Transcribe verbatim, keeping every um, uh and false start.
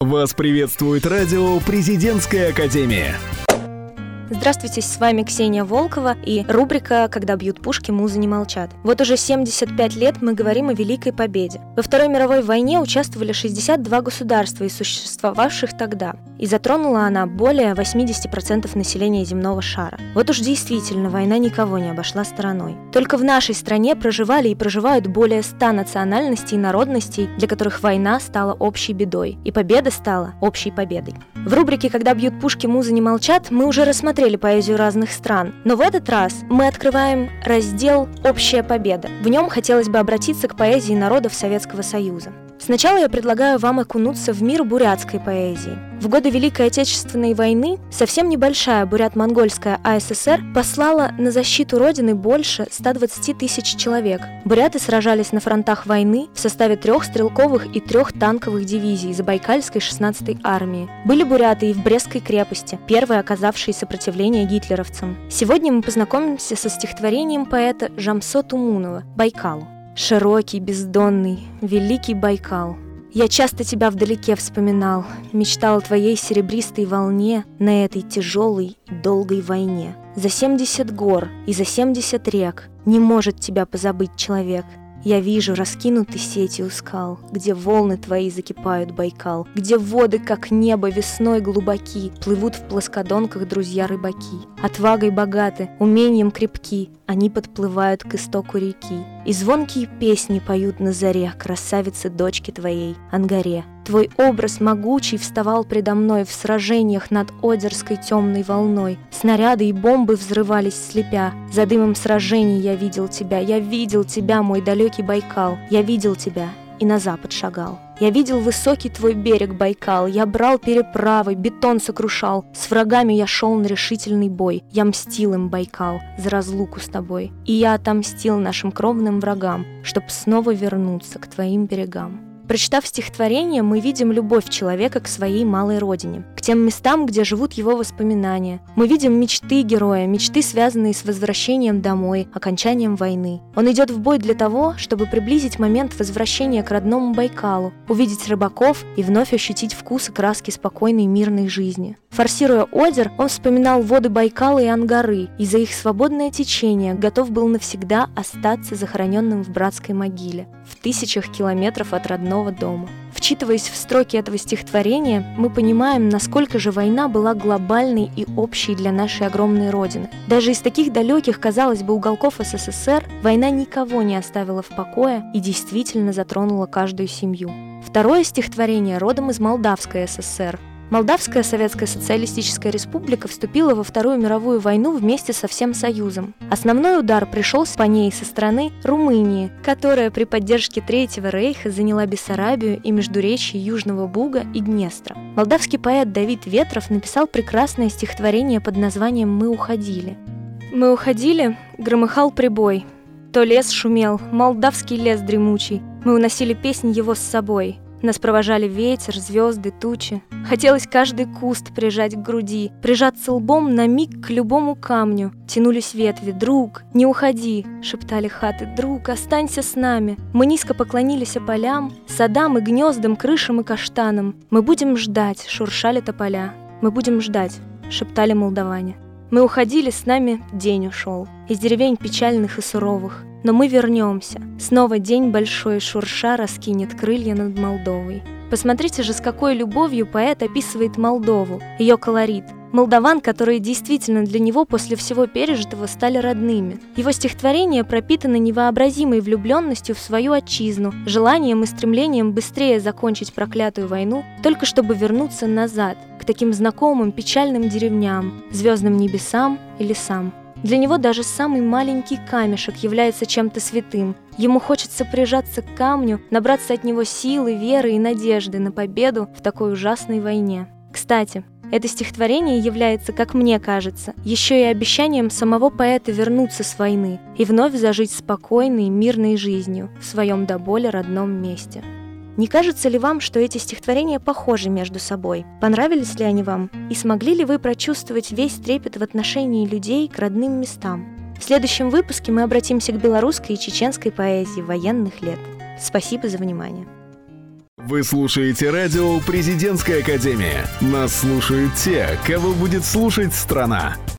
Вас приветствует радио «Президентская академия». Здравствуйте, с вами Ксения Волкова и рубрика «Когда бьют пушки, музы не молчат». Вот уже семьдесят пять лет мы говорим о Великой Победе. Во Второй мировой войне участвовали шестьдесят два государства, из существовавших тогда, и затронула она более восемьдесят процентов населения земного шара. Вот уж действительно, война никого не обошла стороной. Только в нашей стране проживали и проживают более ста национальностей и народностей, для которых война стала общей бедой, и победа стала общей победой. В рубрике «Когда бьют пушки, музы не молчат» мы уже рассмотрели поэзию разных стран, но в этот раз мы открываем раздел «Общая победа». В нем хотелось бы обратиться к поэзии народов Советского Союза. Сначала я предлагаю вам окунуться в мир бурятской поэзии. В годы Великой Отечественной войны совсем небольшая бурят-монгольская АССР послала на защиту Родины больше ста двадцати тысяч человек. Буряты сражались на фронтах войны в составе трех стрелковых и трех танковых дивизий Забайкальской шестнадцатой армии. Были буряты и в Брестской крепости, первые оказавшие сопротивление гитлеровцам. Сегодня мы познакомимся со стихотворением поэта Жамсо Тумунова «Байкалу». Широкий, бездонный, великий Байкал. Я часто тебя вдалеке вспоминал, мечтал о твоей серебристой волне на этой тяжелой и долгой войне. За семьдесят гор и за семьдесят рек не может тебя позабыть человек. Я вижу раскинуты сети у скал, где волны твои закипают, Байкал, где воды, как небо, весной глубоки, плывут в плоскодонках друзья-рыбаки. Отвагой богаты, умением крепки, они подплывают к истоку реки. И звонкие песни поют на заре красавицы дочки твоей, Ангаре. Твой образ могучий вставал предо мной в сражениях над Одерской темной волной. Снаряды и бомбы взрывались слепя. За дымом сражений я видел тебя, я видел тебя, мой далекий Байкал. Я видел тебя и на запад шагал. Я видел высокий твой берег, Байкал. Я брал переправы, бетон сокрушал. С врагами я шел на решительный бой. Я мстил им, Байкал, за разлуку с тобой. И я отомстил нашим кровным врагам, чтоб снова вернуться к твоим берегам. Прочитав стихотворение, мы видим любовь человека к своей малой родине, к тем местам, где живут его воспоминания. Мы видим мечты героя, мечты, связанные с возвращением домой, окончанием войны. Он идет в бой для того, чтобы приблизить момент возвращения к родному Байкалу, увидеть рыбаков и вновь ощутить вкус и краски спокойной мирной жизни. Форсируя Одер, он вспоминал воды Байкала и Ангары, и за их свободное течение готов был навсегда остаться захороненным в братской могиле, в тысячах километров от родного дома. Вчитываясь в строки этого стихотворения, мы понимаем, насколько же война была глобальной и общей для нашей огромной родины. Даже из таких далеких, казалось бы, уголков СССР война никого не оставила в покое и действительно затронула каждую семью. Второе стихотворение родом из Молдавской ССР. Молдавская Советская Социалистическая Республика вступила во Вторую мировую войну вместе со всем Союзом. Основной удар пришелся по ней со стороны Румынии, которая при поддержке Третьего рейха заняла Бессарабию и междуречье Южного Буга и Днестра. Молдавский поэт Давид Ветров написал прекрасное стихотворение под названием «Мы уходили». «Мы уходили, громыхал прибой, то лес шумел, молдавский лес дремучий, мы уносили песнь его с собой». Нас провожали ветер, звезды, тучи. Хотелось каждый куст прижать к груди, прижаться лбом на миг к любому камню. Тянулись ветви. «Друг, не уходи!» — шептали хаты. «Друг, останься с нами!» Мы низко поклонились полям, садам и гнездам, крышам и каштанам. «Мы будем ждать!» — шуршали тополя. «Мы будем ждать!» — шептали молдаване. Мы уходили, с нами день ушел, из деревень печальных и суровых. Но мы вернемся. Снова день большой шурша раскинет крылья над Молдовой. Посмотрите же, с какой любовью поэт описывает Молдову, ее колорит. Молдаван, которые действительно для него после всего пережитого стали родными. Его стихотворение пропитано невообразимой влюбленностью в свою отчизну, желанием и стремлением быстрее закончить проклятую войну, только чтобы вернуться назад, к таким знакомым печальным деревням, звездным небесам и лесам. Для него даже самый маленький камешек является чем-то святым. Ему хочется прижаться к камню, набраться от него силы, веры и надежды на победу в такой ужасной войне. Кстати, это стихотворение является, как мне кажется, еще и обещанием самого поэта вернуться с войны и вновь зажить спокойной, мирной жизнью в своем до боли родном месте. Не кажется ли вам, что эти стихотворения похожи между собой? Понравились ли они вам? И смогли ли вы прочувствовать весь трепет в отношении людей к родным местам? В следующем выпуске мы обратимся к белорусской и чеченской поэзии военных лет. Спасибо за внимание. Вы слушаете радио «Президентская академия». Нас слушают те, кого будет слушать страна.